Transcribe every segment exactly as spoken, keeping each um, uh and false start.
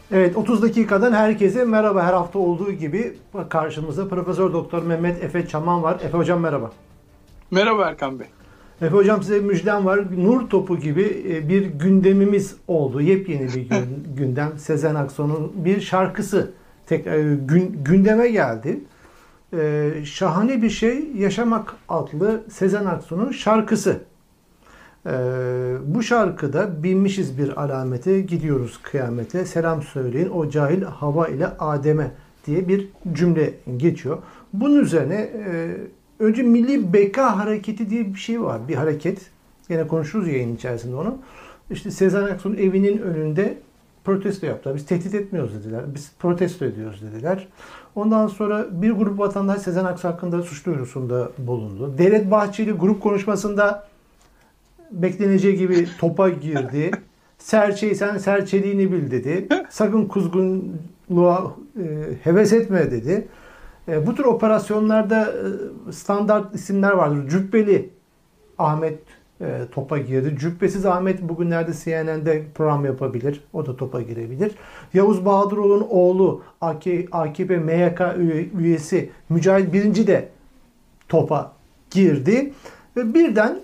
Evet, otuz dakikadan herkese merhaba. Her hafta olduğu gibi karşımızda Profesör Doktor Mehmet Efe Çaman var. Efe Hocam merhaba. Merhaba Erkan Bey. Efe Hocam size müjdem var. Nur topu gibi bir gündemimiz oldu. Yepyeni bir gündem. Sezen Aksu'nun bir şarkısı tekrar gün, gündeme geldi. Ee, şahane bir şey Yaşamak adlı Sezen Aksu'nun şarkısı. Ee, bu şarkıda binmişiz bir alamete, gidiyoruz kıyamete, selam söyleyin o cahil Hava ile Adem'e diye bir cümle geçiyor. Bunun üzerine e, önce Milli Beka Hareketi diye bir şey var, bir hareket. Yine konuşuruz yayın içerisinde onu. İşte Sezen Aksu'nun evinin önünde protesto yaptılar. Biz tehdit etmiyoruz dediler. Biz protesto ediyoruz dediler. Ondan sonra bir grup vatandaş Sezen Aksu hakkında suç duyurusunda bulundu. Devlet Bahçeli grup konuşmasında bekleneceği gibi topa girdi. Serçeyi sen serçeliğini bil dedi. Sakın kuzgunluğa e, heves etme dedi. E, bu tür operasyonlarda e, standart isimler vardır. Cübbeli Ahmet e, topa girdi. Cübbesiz Ahmet bugünlerde C N N'de program yapabilir. O da topa girebilir. Yavuz Bahadıroğlu'nun oğlu A K P M Y K üyesi Mücahit Birinci de topa girdi. Ve birden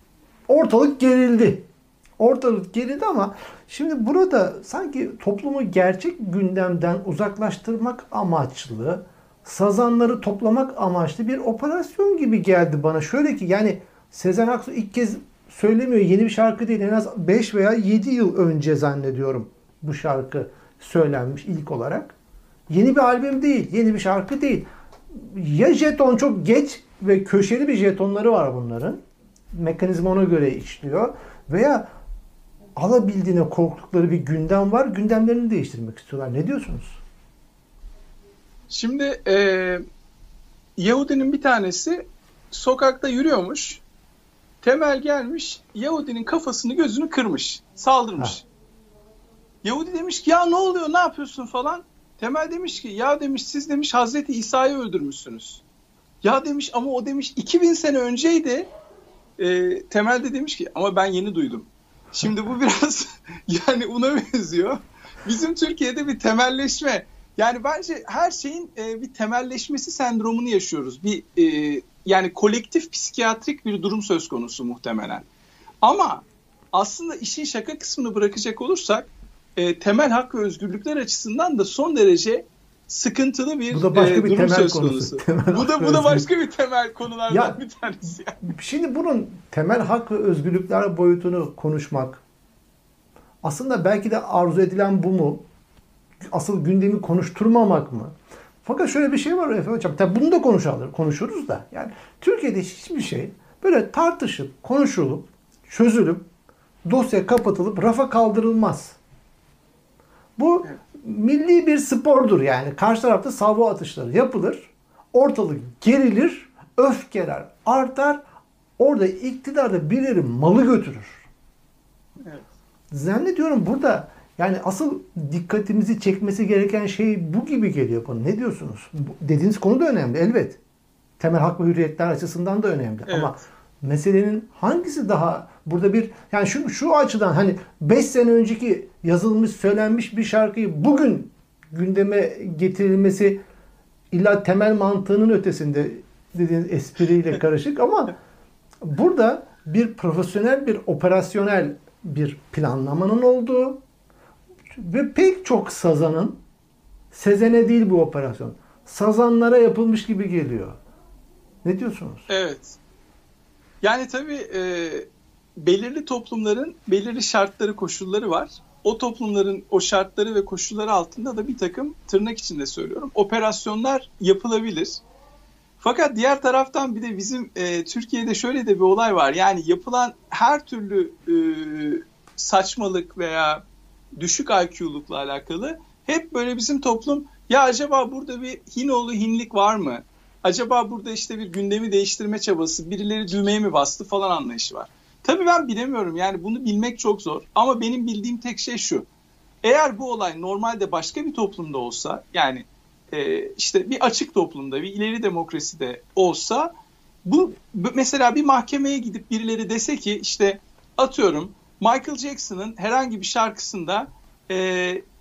ortalık gerildi. Ortalık gerildi ama şimdi burada sanki toplumu gerçek gündemden uzaklaştırmak amaçlı, sazanları toplamak amaçlı bir operasyon gibi geldi bana. Şöyle ki yani Sezen Aksu ilk kez söylemiyor. Yeni bir şarkı değil. En az beş veya yedi yıl önce zannediyorum bu şarkı söylenmiş ilk olarak. Yeni bir albüm değil. Yeni bir şarkı değil. Ya jeton çok geç ve köşeli bir jetonları var bunların. Mekanizma ona göre işliyor. Veya alabildiğine korktukları bir gündem var. Gündemlerini değiştirmek istiyorlar. Ne diyorsunuz? Şimdi e, Yahudinin bir tanesi sokakta yürüyormuş. Temel gelmiş, Yahudinin kafasını gözünü kırmış. Saldırmış. Ha. Yahudi demiş ki ya ne oluyor, ne yapıyorsun falan. Temel demiş ki ya demiş siz demiş Hazreti İsa'yı öldürmüşsünüz. Ya demiş ama o demiş iki bin sene önceydi. E, Temel de demiş ki ama ben yeni duydum. Şimdi bu biraz yani una benziyor. Bizim Türkiye'de bir temelleşme. Yani bence her şeyin e, bir temelleşmesi sendromunu yaşıyoruz. Bir e, yani kolektif psikiyatrik bir durum söz konusu muhtemelen. Ama aslında işin şaka kısmını bırakacak olursak e, temel hak ve özgürlükler açısından da son derece sıkıntılı bir, bu da başka e, bir durum temel söz konusu. konusu. Temel bu da bu da başka bir temel konulardan ya, bir tanesi. Yani. Şimdi bunun temel hak ve özgürlükler boyutunu konuşmak aslında belki de arzu edilen bu mu? Asıl gündemi konuşturmamak mı? Fakat şöyle bir şey var Efe Hocam. Tabii bunu da konuşalım, konuşuruz da. Yani Türkiye'de hiçbir şey böyle tartışıp, konuşulup, çözülüp, dosya kapatılıp rafa kaldırılmaz. Bu evet. Milli bir spordur yani. Karşı tarafta salvo atışları yapılır. Ortalık gerilir, öfkeler artar. Orada iktidarda birileri malı götürür. Evet. Zannediyorum burada yani asıl dikkatimizi çekmesi gereken şey bu gibi geliyor bana. Ne diyorsunuz? Dediğiniz konu da önemli elbet. Temel hak ve hürriyetler açısından da önemli. Evet. Ama meselenin hangisi daha burada bir yani şu şu açıdan hani beş sene önceki yazılmış, söylenmiş bir şarkıyı bugün gündeme getirilmesi illa temel mantığının ötesinde dediğiniz espriyle karışık ama burada bir profesyonel, bir operasyonel bir planlamanın olduğu ve pek çok sazanın Sezen'e değil bu operasyon. Sazanlara yapılmış gibi geliyor. Ne diyorsunuz? Evet. Yani tabii e, belirli toplumların belirli şartları, koşulları var. O toplumların o şartları ve koşulları altında da bir takım tırnak içinde söylüyorum operasyonlar yapılabilir. Fakat diğer taraftan bir de bizim e, Türkiye'de şöyle de bir olay var. Yani yapılan her türlü e, saçmalık veya düşük I Q'lukla alakalı hep böyle bizim toplum ya acaba burada bir Hinoğlu Hinlik var mı? Acaba burada işte bir gündemi değiştirme çabası, birileri düğmeye mi bastı falan anlayışı var. Tabii ben bilemiyorum yani bunu bilmek çok zor ama benim bildiğim tek şey şu. Eğer bu olay normalde başka bir toplumda olsa yani e, işte bir açık toplumda, bir ileri demokraside olsa bu mesela bir mahkemeye gidip birileri dese ki işte atıyorum Michael Jackson'ın herhangi bir şarkısında e,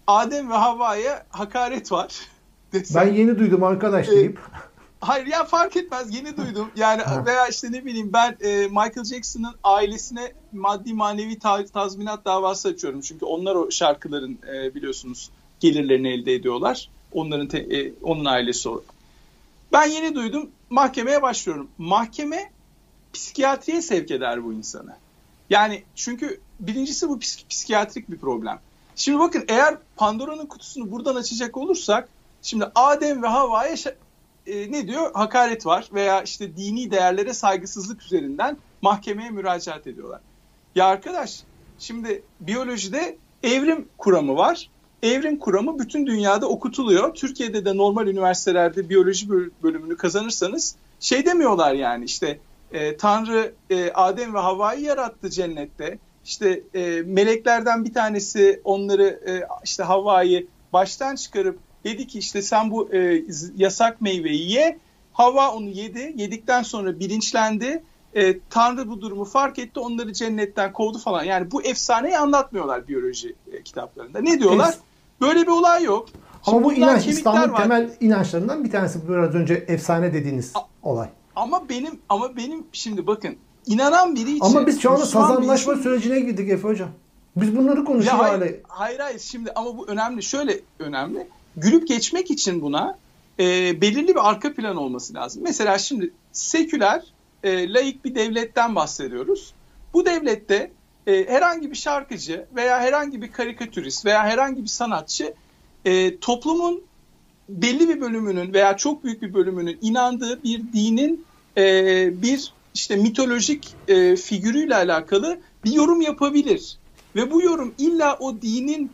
Adem ve Havva'ya hakaret var. Desem. Ben yeni duydum arkadaş deyip. E, hayır ya fark etmez, yeni duydum. Yani veya işte ne bileyim ben e, Michael Jackson'ın ailesine maddi manevi ta- tazminat davası açıyorum. Çünkü onlar o şarkıların e, biliyorsunuz gelirlerini elde ediyorlar. Onların te- e, onun ailesi o. Ben yeni duydum. Mahkemeye başlıyorum. Mahkeme psikiyatriye sevk eder bu insanı. Yani çünkü birincisi bu psik- psikiyatrik bir problem. Şimdi bakın, eğer Pandora'nın kutusunu buradan açacak olursak, şimdi Adem ve Havva'ya şa- e, ne diyor? Hakaret var veya işte dini değerlere saygısızlık üzerinden mahkemeye müracaat ediyorlar. Ya arkadaş, şimdi biyolojide evrim kuramı var. Evrim kuramı bütün dünyada okutuluyor. Türkiye'de de normal üniversitelerde biyoloji bölümünü kazanırsanız şey demiyorlar yani işte e, Tanrı e, Adem ve Havva'yı yarattı cennette. İşte e, meleklerden bir tanesi onları e, işte Havva'yı baştan çıkarıp dedi ki işte sen bu e, yasak meyveyi ye. Havva onu yedi. Yedikten sonra bilinçlendi. E, Tanrı bu durumu fark etti. Onları cennetten kovdu falan. Yani bu efsaneyi anlatmıyorlar biyoloji e, kitaplarında. Ne diyorlar? Evet. Böyle bir olay yok. Ama Şimdi bu inanç İslam'ın temel inançlarından bir tanesi, biraz önce efsane dediğiniz A- olay. Ama benim ama benim şimdi bakın, inanan biri için... Ama biz şu anda sazanlaşma için... sürecine girdik Efe Hocam. Biz bunları konuşuyoruz. Hayır, hayır hayır şimdi ama bu önemli. Şöyle önemli. Gülüp geçmek için buna e, belirli bir arka plan olması lazım. Mesela şimdi seküler, e, laik bir devletten bahsediyoruz. Bu devlette e, herhangi bir şarkıcı veya herhangi bir karikatürist veya herhangi bir sanatçı e, toplumun belli bir bölümünün veya çok büyük bir bölümünün inandığı bir dinin e, bir işte mitolojik e, figürüyle alakalı bir yorum yapabilir. Ve bu yorum illa o dinin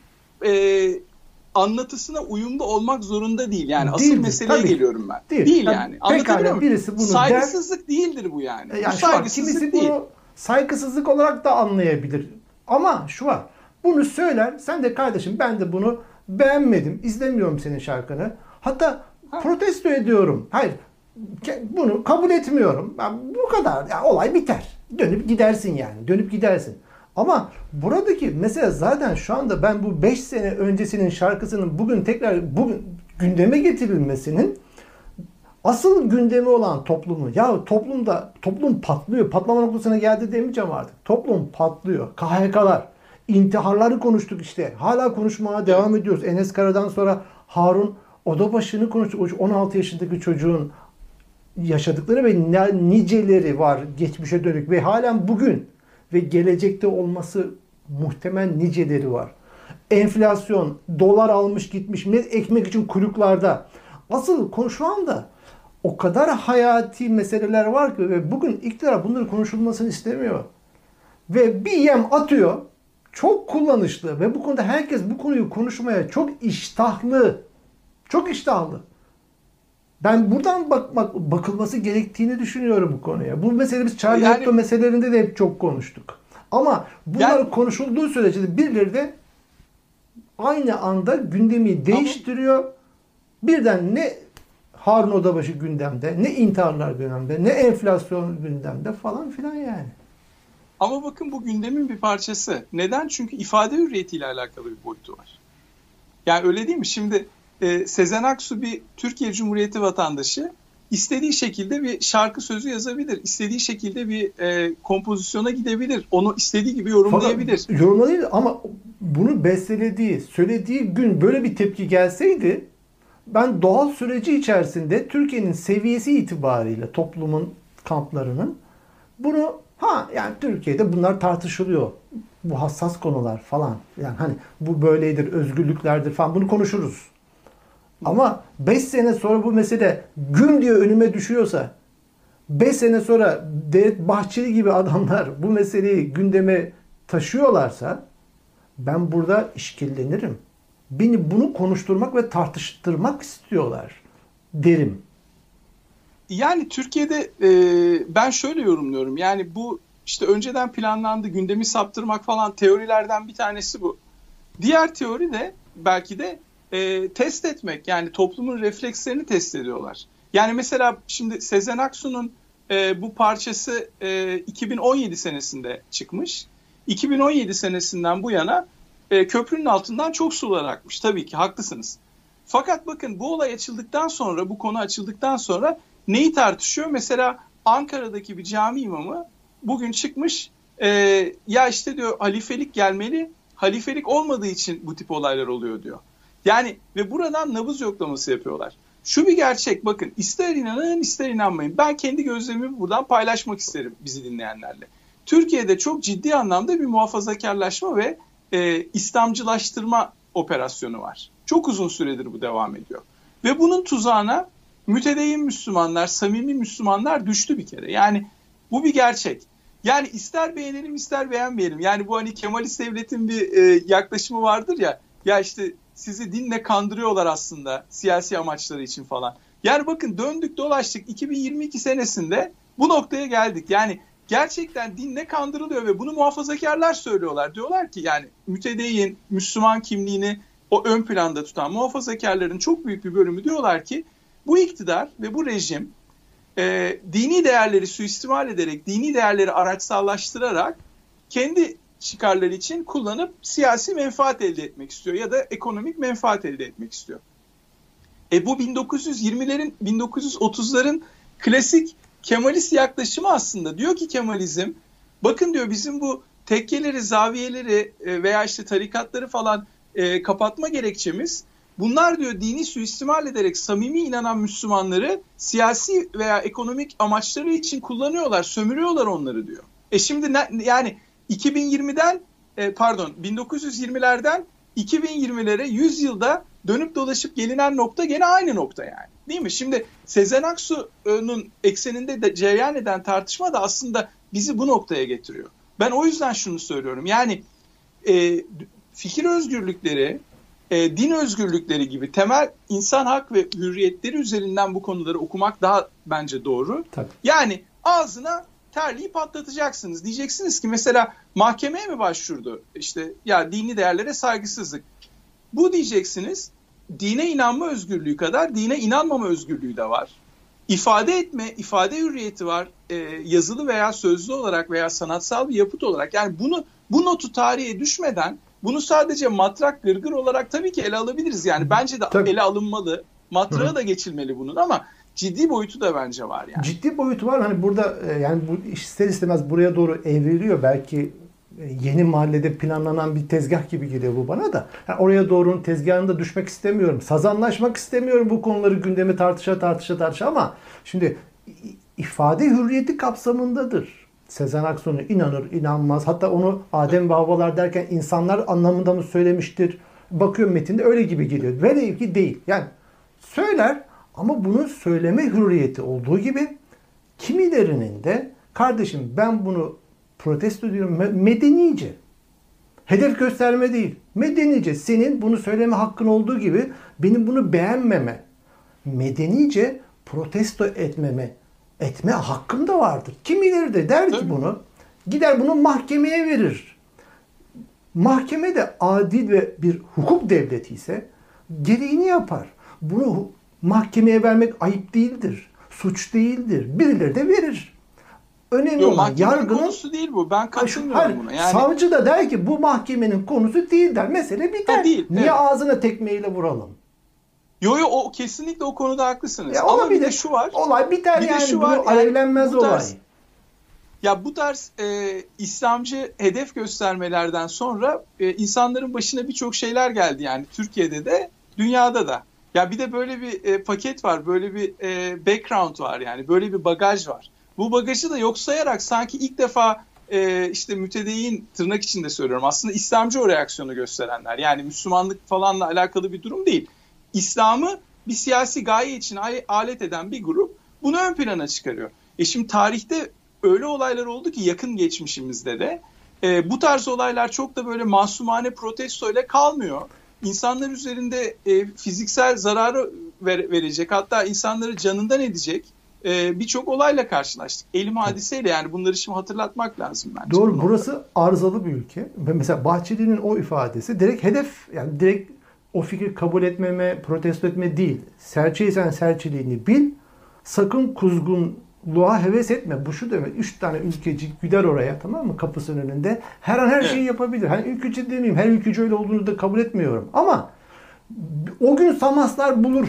e, anlatısına uyumlu olmak zorunda değil. Yani Değildir, asıl meseleye tabii. geliyorum ben. Değil, değil yani. yani. Anlatabiliyor muyum? Birisi bunu saygısızlık der, değildir bu yani. yani bu saygısızlık kimisi değil. bunu saygısızlık olarak da anlayabilir. Ama şu var. Bunu söyler. Sen de kardeşim ben de bunu beğenmedim. İzlemiyorum senin şarkını. Hatta ha. protesto ediyorum. Hayır. Bunu kabul etmiyorum. Ben, bu kadar. Yani olay biter. Dönüp gidersin yani. Dönüp gidersin. Ama buradaki mesele zaten şu anda ben bu beş sene öncesinin şarkısının bugün tekrar bugün gündeme getirilmesinin asıl gündemi olan toplumu, ya toplumda toplum patlıyor. Patlama noktasına geldi demeyeceğim artık. Toplum patlıyor. K H K'lar, intiharları konuştuk işte. Hala konuşmaya devam ediyoruz. Enes Kara'dan sonra Harun Odabaşı'nı konuştuk. on altı yaşındaki çocuğun yaşadıkları ve niceleri var geçmişe dönük ve halen bugün ve gelecekte olması muhtemel niceleri var. Enflasyon, dolar almış gitmiş, millet ekmek için kuyruklarda. Asıl şu anda o kadar hayati meseleler var ki ve bugün iktidar bunları konuşulmasını istemiyor. Ve bir yem atıyor, çok kullanışlı ve bu konuda herkes bu konuyu konuşmaya çok iştahlı. Çok iştahlı. Ben buradan bakmak bakılması gerektiğini düşünüyorum bu konuya. Bu mesele biz Charlie yani, Hebdo meselelerinde de hep çok konuştuk. Ama bunlar yani, konuşulduğu sürece de birileri de aynı anda gündemi değiştiriyor. Ama, birden ne Harun Odabaşı gündemde, ne intiharlar gündemde, ne enflasyon gündemde falan filan yani. Ama bakın bu gündemin bir parçası. Neden? Çünkü ifade hürriyetiyle alakalı bir boyutu var. Yani öyle değil mi? Şimdi e, Sezen Aksu bir Türkiye Cumhuriyeti vatandaşı, istediği şekilde bir şarkı sözü yazabilir. İstediği şekilde bir e, kompozisyona gidebilir. Onu istediği gibi yorumlayabilir. Fakat yorumlayabilir ama bunu bestelediği, söylediği gün böyle bir tepki gelseydi ben doğal süreci içerisinde Türkiye'nin seviyesi itibariyle toplumun kamplarının bunu ha yani Türkiye'de bunlar tartışılıyor. Bu hassas konular falan. Yani hani bu böyledir, özgürlüklerdir falan bunu konuşuruz. Ama beş sene sonra bu mesele güm diye önüme düşüyorsa, beş sene sonra Devlet Bahçeli gibi adamlar bu meseleyi gündeme taşıyorlarsa ben burada işkillenirim. Beni bunu konuşturmak ve tartıştırmak istiyorlar derim. Yani Türkiye'de e, ben şöyle yorumluyorum. Yani bu işte önceden planlandı, gündemi saptırmak falan teorilerden bir tanesi bu. Diğer teori de belki de e, test etmek. Yani toplumun reflekslerini test ediyorlar. Yani mesela şimdi Sezen Aksu'nun e, bu parçası e, iki bin on yedi senesinde çıkmış. iki bin on yedi senesinden bu yana e, köprünün altından çok sular akmış. Tabii ki haklısınız. Fakat bakın bu olay açıldıktan sonra, bu konu açıldıktan sonra neyi tartışıyor? Mesela Ankara'daki bir cami imamı bugün çıkmış, e, ya işte diyor halifelik gelmeli, halifelik olmadığı için bu tip olaylar oluyor diyor. Yani ve buradan nabız yoklaması yapıyorlar. Şu bir gerçek, bakın, ister inanın ister inanmayın. Ben kendi gözlemimi buradan paylaşmak isterim bizi dinleyenlerle. Türkiye'de çok ciddi anlamda bir muhafazakarlaşma ve e, İslamcılaştırma operasyonu var. Çok uzun süredir bu devam ediyor. Ve bunun tuzağına mütedeyyin Müslümanlar, samimi Müslümanlar düştü bir kere. Yani bu bir gerçek. Yani ister beğenelim ister beğenmeyelim. Yani bu hani Kemalist devletin bir e, yaklaşımı vardır ya. Ya işte sizi dinle kandırıyorlar aslında siyasi amaçları için falan. Yani bakın döndük dolaştık iki bin yirmi iki senesinde bu noktaya geldik. Yani gerçekten dinle kandırılıyor ve bunu muhafazakarlar söylüyorlar. Diyorlar ki yani mütedeyyin, Müslüman kimliğini o ön planda tutan muhafazakarların çok büyük bir bölümü diyorlar ki bu iktidar ve bu rejim e, dini değerleri suistimal ederek, dini değerleri araçsallaştırarak kendi çıkarları için kullanıp siyasi menfaat elde etmek istiyor ya da ekonomik menfaat elde etmek istiyor. E bu bin dokuz yüz yirmilerin, bin dokuz yüz otuzların klasik Kemalist yaklaşımı aslında. Diyor ki Kemalizm, bakın diyor bizim bu tekkeleri, zaviyeleri veya işte tarikatları falan e, kapatma gerekçemiz, bunlar diyor dini suistimal ederek samimi inanan Müslümanları siyasi veya ekonomik amaçları için kullanıyorlar, sömürüyorlar onları diyor. E şimdi ne, yani iki bin yirmiden e, pardon bin dokuz yüz yirmilerden iki bin yirmilere yüz yılda dönüp dolaşıp gelinen nokta gene aynı nokta yani. Değil mi? Şimdi Sezen Aksu'nun ekseninde de cereyan eden tartışma da aslında bizi bu noktaya getiriyor. Ben o yüzden şunu söylüyorum. Yani e, fikir özgürlükleri, e, din özgürlükleri gibi temel insan hak ve hürriyetleri üzerinden bu konuları okumak daha bence doğru. Tabii. Yani ağzına terliği patlatacaksınız. Diyeceksiniz ki mesela mahkemeye mi başvurdu? İşte ya dini değerlere saygısızlık. Bu diyeceksiniz, dine inanma özgürlüğü kadar dine inanmama özgürlüğü de var. İfade etme, ifade hürriyeti var. E, yazılı veya sözlü olarak veya sanatsal bir yapıt olarak. Yani bunu bu notu tarihe düşmeden bunu sadece matrak gırgır olarak tabii ki ele alabiliriz. Yani bence de tabii ele alınmalı. Matrağa da geçilmeli bunun ama ciddi boyutu da bence var yani. Ciddi boyutu var. Hani burada yani bu ister istemez buraya doğru evriliyor. Belki yeni mahallede planlanan bir tezgah gibi geliyor bu bana da. Yani oraya doğru tezgahında düşmek istemiyorum. Sazanlaşmak istemiyorum bu konuları gündemi tartışa tartışa tartışa ama şimdi ifade hürriyeti kapsamındadır. Sezen Aksu'na inanır, inanmaz. Hatta onu Adem ve Havvalar derken insanlar anlamında mı söylemiştir? Bakıyorum metinde öyle gibi geliyor. Velev ki değil. Yani söyler ama bunun söyleme hürriyeti olduğu gibi kimilerinin de kardeşim ben bunu protesto ediyorum medenice. Hedef gösterme değil. Medenice senin bunu söyleme hakkın olduğu gibi benim bunu beğenmeme, medenice protesto etmeme, etme hakkım da vardır. Kimileri de der ki bunu, gider bunu mahkemeye verir. Mahkeme de adil ve bir hukuk devleti ise gereğini yapar. Bunu mahkemeye vermek ayıp değildir. Suç değildir. Birileri de verir. Önemli Yok, olan yargının konusu değil bu. Ben katılmıyorum buna. Yani savcı da der ki bu mahkemenin konusu değil der. Mesele biter. Değil, Niye evet. ağzına tekmeyle vuralım? Yo yo o kesinlikle o konuda haklısınız. Ya ama bir de şu var. Olay biter bir yani. De şu Bunu var, alevlenmez yani, olay. Tarz, ya bu tarz e, İslamcı hedef göstermelerden sonra e, insanların başına birçok şeyler geldi yani Türkiye'de de dünyada da. Ya bir de böyle bir e, paket var, böyle bir e, background var yani böyle bir bagaj var. Bu bagajı da yok sayarak sanki ilk defa e, işte mütedeyyin tırnak içinde söylüyorum aslında İslamcı o reaksiyonu gösterenler. Yani Müslümanlık falanla alakalı bir durum değil. İslam'ı bir siyasi gaye için alet eden bir grup bunu ön plana çıkarıyor. E şimdi tarihte öyle olaylar oldu ki yakın geçmişimizde de e, bu tarz olaylar çok da böyle masumane protesto ile kalmıyor. İnsanlar üzerinde e, fiziksel zararı ver, verecek hatta insanları canından edecek e, birçok olayla karşılaştık. Elim hadiseyle yani bunları şimdi hatırlatmak lazım bence. Doğru, burası arızalı bir ülke. Ve mesela Bahçeli'nin o ifadesi direkt hedef yani direkt o fikri kabul etmeme, protesto etme değil. Serçeysen serçeliğini bil, sakın kuzgun Luğa heves etme. Bu şu demek. Üç tane ülkeci gider oraya, tamam mı? Kapısının önünde. Her an her şeyi Evet. yapabilir. Hani ülkücü demeyeyim. Her ülkücü öyle olduğunu da kabul etmiyorum. Ama o gün Samaslar bulur.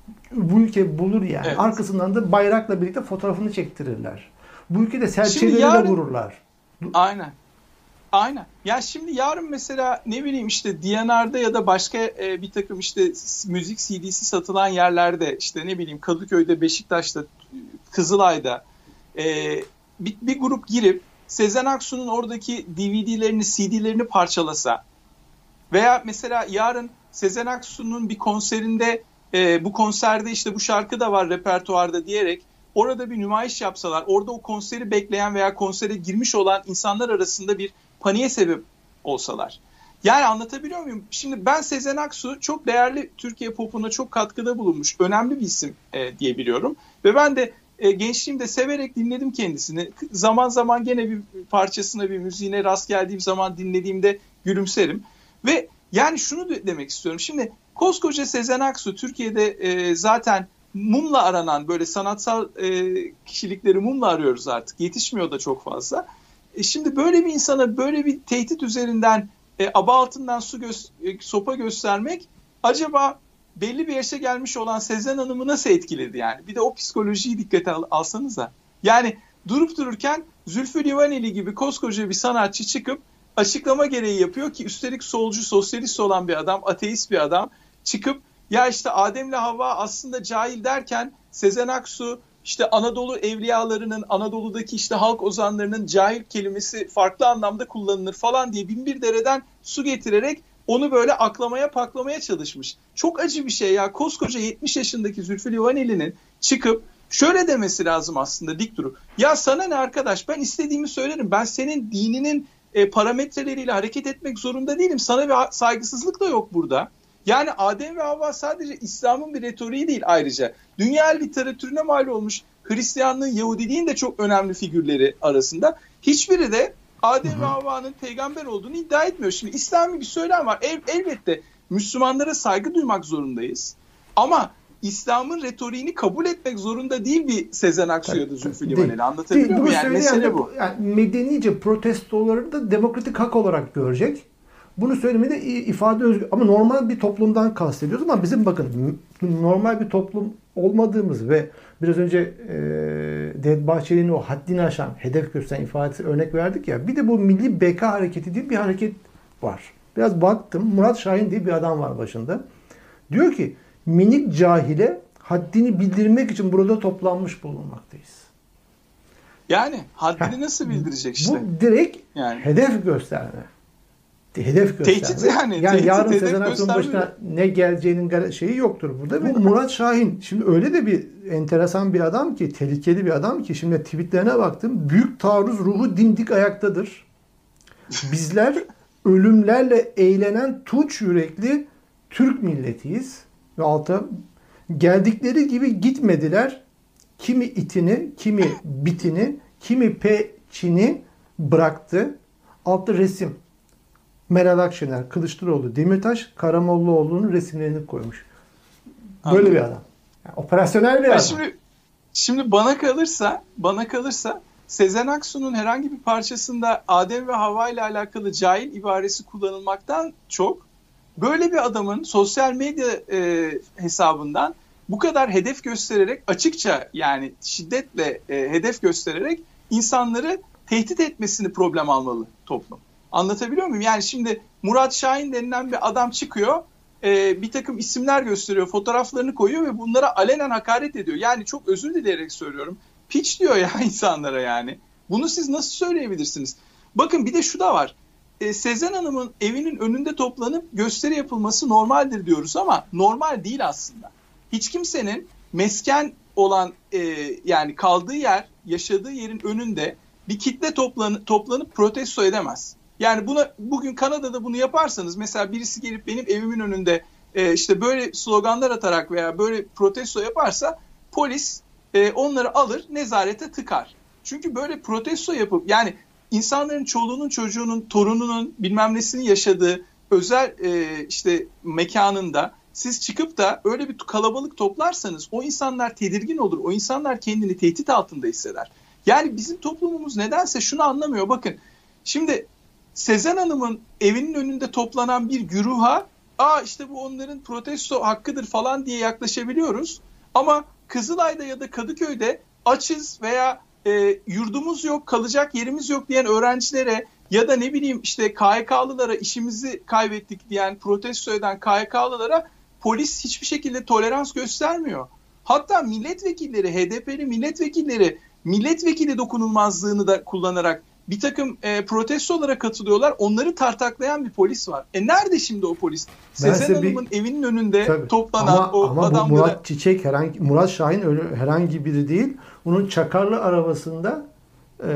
Bu ülke bulur yani. Evet. Arkasından da bayrakla birlikte fotoğrafını çektirirler. Bu ülkede serçeleriyle yarın- vururlar. Aynen. Aynen. Ya şimdi yarın mesela ne bileyim işte D and R'da ya da başka e, bir takım işte s- müzik C D'si satılan yerlerde, işte ne bileyim Kadıköy'de, Beşiktaş'ta, Kızılay'da e, bir, bir grup girip Sezen Aksu'nun oradaki D V D'lerini, C D'lerini parçalasa veya mesela yarın Sezen Aksu'nun bir konserinde e, bu konserde işte bu şarkı da var repertuarda diyerek orada bir nümayiş yapsalar, orada o konseri bekleyen veya konsere girmiş olan insanlar arasında bir paniğe sebep olsalar. Yani anlatabiliyor muyum? Şimdi ben Sezen Aksu çok değerli, Türkiye popuna çok katkıda bulunmuş, önemli bir isim e, diye biliyorum. Ve ben de e, gençliğimde severek dinledim kendisini. Zaman zaman gene bir parçasına, bir müziğine rast geldiğim zaman dinlediğimde gülümserim. Ve yani şunu de- demek istiyorum. Şimdi koskoca Sezen Aksu Türkiye'de e, zaten mumla aranan, böyle sanatsal e, kişilikleri mumla arıyoruz artık. Yetişmiyor da çok fazla. E şimdi böyle bir insana böyle bir tehdit üzerinden e, aba altından su gö- e, sopa göstermek acaba belli bir yaşa gelmiş olan Sezen Hanım'ı nasıl etkiledi yani? Bir de o psikolojiyi dikkate al- alsanıza. Yani durup dururken Zülfü Livaneli gibi koskoca bir sanatçı çıkıp açıklama gereği yapıyor ki, üstelik solcu, sosyalist olan bir adam, ateist bir adam çıkıp ya işte Adem'le Havva aslında cahil derken Sezen Aksu işte Anadolu evliyalarının, Anadolu'daki işte halk ozanlarının cahil kelimesi farklı anlamda kullanılır falan diye binbir dereden su getirerek onu böyle aklamaya paklamaya çalışmış. Çok acı bir şey ya, koskoca yetmiş yaşındaki Zülfü Livaneli'nin çıkıp şöyle demesi lazım aslında dik durup. Ya sana ne arkadaş, ben istediğimi söylerim, ben senin dininin e, parametreleriyle hareket etmek zorunda değilim. Sana bir saygısızlık da yok burada. Yani Adem ve Havva sadece İslam'ın bir retoriği değil ayrıca. Dünya literatürüne mal olmuş Hristiyanlığın, Yahudiliğin de çok önemli figürleri arasında. Hiçbiri de Adem ve Havva'nın peygamber olduğunu iddia etmiyor. Şimdi İslami bir söylem var. El, elbette Müslümanlara saygı duymak zorundayız. Ama İslam'ın retoriğini kabul etmek zorunda değil bir Sezen Aksu ya da Zülfü Livaneli. Anlatabiliyor muyum? Yani mesele bu. Yani medenice protestoları da demokratik hak olarak görecek. Bunu söylemede ifade özgür, ama normal bir toplumdan kastediyoruz, ama bizim bakın normal bir toplum olmadığımız ve biraz önce e, Devlet Bahçeli'nin o haddini aşan, hedef gösteren ifadesi örnek verdik ya, bir de bu milli beka hareketi diye bir hareket var. Biraz baktım, Murat Şahin diye bir adam var başında. Diyor ki minik cahile haddini bildirmek için burada toplanmış bulunmaktayız. Yani haddini nasıl bildirecek işte? Bu direkt yani hedef gösterme. Hedef gösterme. Tehdit yani. Yani tehdit, yarın hedef Sezen Aksu'nun başına ne geleceğinin şeyi yoktur burada. Bu Murat Şahin şimdi öyle de bir enteresan bir adam ki, tehlikeli bir adam ki, şimdi tweetlerine baktım. Büyük taarruz ruhu dimdik ayaktadır. Bizler ölümlerle eğlenen tunç yürekli Türk milletiyiz. Ve alta geldikleri gibi gitmediler. Kimi itini, kimi bitini, kimi peçini bıraktı. Altta resim. Meral Akşener, Kılıçdaroğlu, Demirtaş, Karamollaoğlu'nun resimlerini koymuş. Böyle Anladım. bir adam. Yani operasyonel bir ya adam. Şimdi, şimdi bana kalırsa, bana kalırsa Sezen Aksu'nun herhangi bir parçasında Adem ve Havva ile alakalı cahil ibaresi kullanılmaktan çok, böyle bir adamın sosyal medya e, hesabından bu kadar hedef göstererek, açıkça yani şiddetle e, hedef göstererek insanları tehdit etmesini problem almalı toplum. Anlatabiliyor muyum? Yani şimdi Murat Şahin denilen bir adam çıkıyor, e, bir takım isimler gösteriyor, fotoğraflarını koyuyor ve bunlara alenen hakaret ediyor. Yani çok özür dileyerek söylüyorum. Piç diyor ya insanlara yani. Bunu siz nasıl söyleyebilirsiniz? Bakın bir de şu da var. E, Sezen Hanım'ın evinin önünde toplanıp gösteri yapılması normaldir diyoruz ama normal değil aslında. Hiç kimsenin mesken olan e, yani kaldığı yer, yaşadığı yerin önünde bir kitle toplanıp, toplanıp protesto edemez. Yani buna, bugün Kanada'da bunu yaparsanız, mesela birisi gelip benim evimin önünde e, işte böyle sloganlar atarak veya böyle protesto yaparsa polis e, onları alır, nezarete tıkar. Çünkü böyle protesto yapıp yani insanların çoluğunun, çocuğunun, torununun bilmem nesini yaşadığı özel e, işte mekanında siz çıkıp da öyle bir kalabalık toplarsanız o insanlar tedirgin olur. O insanlar kendini tehdit altında hisseder. Yani bizim toplumumuz nedense şunu anlamıyor. Bakın şimdi Sezen Hanım'ın evinin önünde toplanan bir güruha aa işte bu onların protesto hakkıdır falan diye yaklaşabiliyoruz. Ama Kızılay'da ya da Kadıköy'de açız veya e, yurdumuz yok, kalacak yerimiz yok diyen öğrencilere ya da ne bileyim işte K Y K'lılara işimizi kaybettik diyen, protesto eden K Y K'lılara polis hiçbir şekilde tolerans göstermiyor. Hatta milletvekilleri, H D P'li milletvekilleri milletvekili dokunulmazlığını da kullanarak bir takım e, protestolara katılıyorlar. Onları tartaklayan bir polis var. E nerede şimdi o polis? Sezen Hanım'ın bir, evinin önünde tabii, toplanan ama, o ama adamları... Murat Çiçek, herhangi, Murat Şahin öyle herhangi biri değil. Onun çakarlı arabasında e,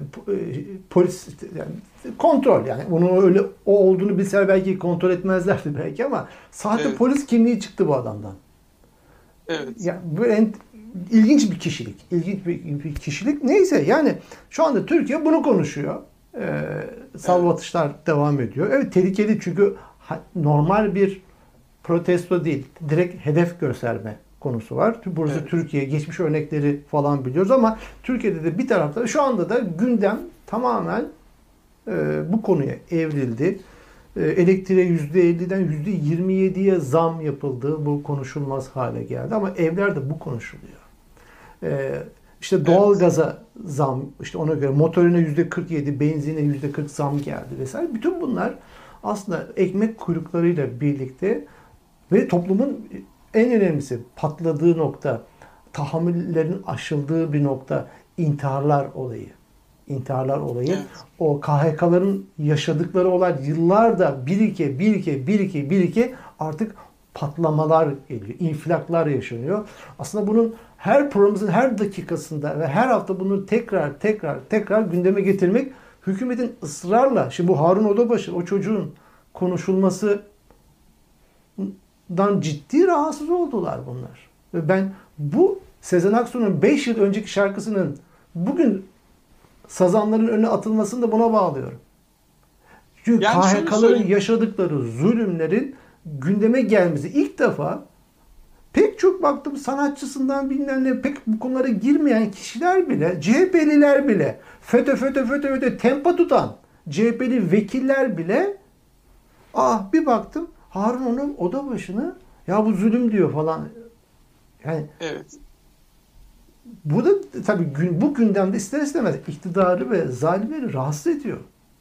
polis yani kontrol, yani bunu öyle o olduğunu bilseler belki kontrol etmezlerdi belki, ama sahte evet. Polis kimliği çıktı bu adamdan. Evet. Yani bu en ilginç bir kişilik. İlginç bir, bir kişilik. Neyse, yani şu anda Türkiye bunu konuşuyor. Ee, salvo evet. atışlar devam ediyor. Evet, tehlikeli çünkü normal bir protesto değil. Direkt hedef gösterme konusu var. Burası evet. Türkiye, geçmiş örnekleri falan biliyoruz ama Türkiye'de de bir tarafta şu anda da gündem tamamen e, bu konuya evrildi. E, elektriğe yüzde elliden yüzde yirmi yediye zam yapıldı. Bu konuşulmaz hale geldi ama evlerde bu konuşuluyor. E, işte doğalgaza evet. zam, işte ona göre motorine yüzde kırk yedi, benzine yüzde kırk zam geldi vesaire. Bütün bunlar aslında ekmek kuyruklarıyla birlikte ve toplumun en önemlisi patladığı nokta, tahammüllerin aşıldığı bir nokta, intiharlar olayı. İntiharlar olayı. Evet. O K H K'ların yaşadıkları olay yıllarda birike, birike, birike, birike artık patlamalar geliyor. İnfilaklar yaşanıyor. Aslında bunun her programımızın her dakikasında ve her hafta bunu tekrar tekrar tekrar gündeme getirmek, hükümetin ısrarla, şimdi bu Harun Odabaşı, o çocuğun konuşulması dan ciddi rahatsız oldular bunlar. Ve ben bu Sezen Aksu'nun beş yıl önceki şarkısının bugün sazanların önüne atılmasını da buna bağlıyorum. Çünkü yani K H K'ların yaşadıkları zulümlerin gündeme gelmesi ilk defa, pek çok baktım sanatçısından bilmem ne, pek bu konulara girmeyen kişiler bile, C H P'liler bile, FETÖ FETÖ FETÖ FETÖ tempa tutan C H P'li vekiller bile, ah bir baktım Harun Odabaşı'nı ya bu zulüm diyor falan. Yani evet. Bu da tabii gün, bu gündemde ister istemez iktidarı ve zalimleri rahatsız ediyor.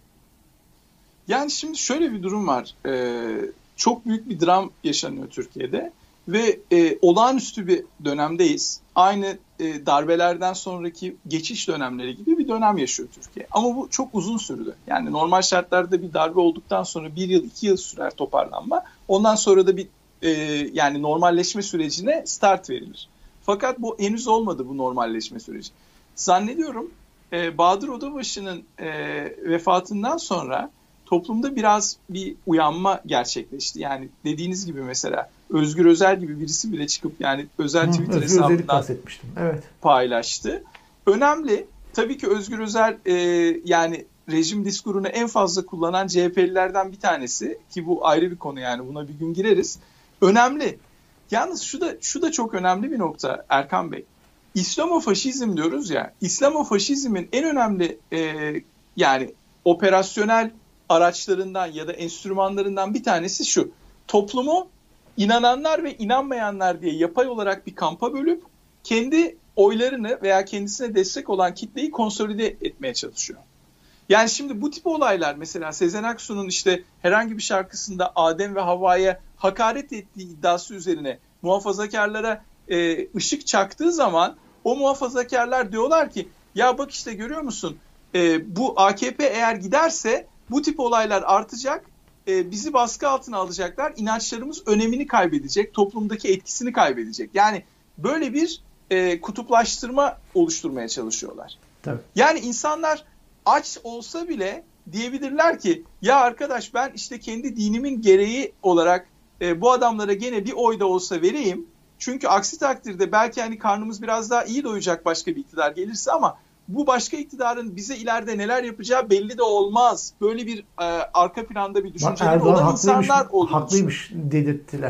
Yani şimdi şöyle bir durum var. Ee, çok büyük bir dram yaşanıyor Türkiye'de ve e, olağanüstü bir dönemdeyiz. Aynı e, darbelerden sonraki geçiş dönemleri gibi bir dönem yaşıyor Türkiye. Ama bu çok uzun sürdü. Yani normal şartlarda bir darbe olduktan sonra bir yıl, iki yıl sürer toparlanma. Ondan sonra da bir e, yani normalleşme sürecine start verilir. Fakat bu henüz olmadı, bu normalleşme süreci. Zannediyorum e, Bahadır Odabaşı'nın e, vefatından sonra toplumda biraz bir uyanma gerçekleşti. Yani dediğiniz gibi mesela Özgür Özel gibi birisi bile çıkıp yani özel Hı, Twitter hesabından evet. paylaştı. Önemli. Tabii ki Özgür Özel e, yani rejim diskurunu en fazla kullanan C H P'lilerden bir tanesi ki bu ayrı bir konu, yani buna bir gün gireriz. Önemli. Yalnız şu da şu da çok önemli bir nokta Erkan Bey. İslamofaşizm diyoruz ya. İslamofaşizmin en önemli e, yani operasyonel araçlarından ya da enstrümanlarından bir tanesi şu. Toplumu inananlar ve inanmayanlar diye yapay olarak bir kampa bölüp kendi oylarını veya kendisine destek olan kitleyi konsolide etmeye çalışıyor. Yani şimdi bu tip olaylar, mesela Sezen Aksu'nun işte herhangi bir şarkısında Adem ve Havva'ya hakaret ettiği iddiası üzerine muhafazakarlara e, ışık çaktığı zaman o muhafazakarlar diyorlar ki ya bak işte görüyor musun e, bu A K P eğer giderse bu tip olaylar artacak, e, bizi baskı altına alacaklar, inançlarımız önemini kaybedecek, toplumdaki etkisini kaybedecek. Yani böyle bir e, kutuplaştırma oluşturmaya çalışıyorlar. Tabii. Yani insanlar aç olsa bile diyebilirler ki ya arkadaş ben işte kendi dinimin gereği olarak e, bu adamlara gene bir oy da olsa vereyim. Çünkü aksi takdirde belki hani karnımız biraz daha iyi doyacak başka bir iktidar gelirse ama bu başka iktidarın bize ileride neler yapacağı belli de olmaz. Böyle bir e, arka planda bir düşünceleri olan insanlar olduğunu haklıymış dedirttiler.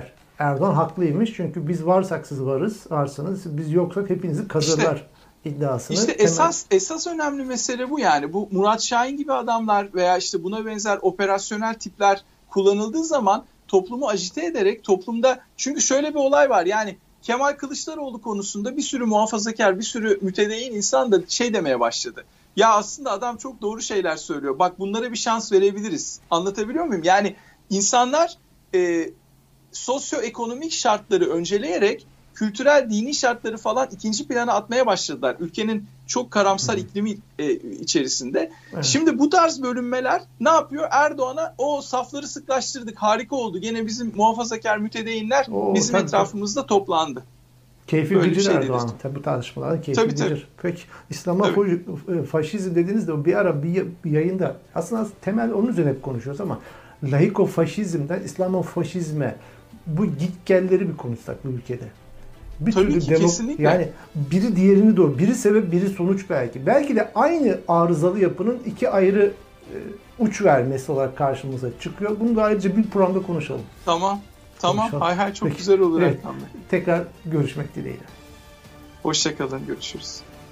Erdoğan haklıymış çünkü biz varsak siz varız, varsınız, biz yoksak hepinizi kazırlar işte, iddiasını. İşte temel... esas esas önemli mesele bu yani. Bu Murat Şahin gibi adamlar veya işte buna benzer operasyonel tipler kullanıldığı zaman toplumu ajite ederek toplumda, çünkü şöyle bir olay var yani Kemal Kılıçdaroğlu konusunda bir sürü muhafazakar, bir sürü mütedeyyin insan da şey demeye başladı. Ya aslında adam çok doğru şeyler söylüyor. Bak bunlara bir şans verebiliriz. Anlatabiliyor muyum? Yani insanlar e, sosyoekonomik şartları önceleyerek kültürel, dini şartları falan ikinci plana atmaya başladılar. Ülkenin çok karamsar iklimi e, içerisinde. Evet. Şimdi bu tarz bölünmeler ne yapıyor? Erdoğan'a o safları sıklaştırdık, harika oldu. Gene bizim muhafazakar mütedeyinler Oo, bizim tabii, etrafımızda tabii. toplandı. Keyfi Öyle bilir şey Erdoğan. Tabii bu tartışmaların keyfi tabii, bilir. Tabii. Peki İslam'a faşizm dediğinizde o bir ara bir, bir yayında aslında temel onun üzerine hep konuşuyoruz ama laiko-faşizmden İslamo-faşizme bu gitgelleri bir konuşsak bu ülkede. Bir Tabii ki, demo- kesinlikle. Yani biri diğerini doğru. Biri sebep, biri sonuç belki. Belki de aynı arızalı yapının iki ayrı e, uç vermesi olarak karşımıza çıkıyor. Bunu da ayrıca bir programda konuşalım. Tamam. Tamam. Konuşalım. Hay hay çok Peki. güzel olur Evet. Erkan Bey. Tekrar görüşmek dileğiyle. Hoşça kalın. Görüşürüz.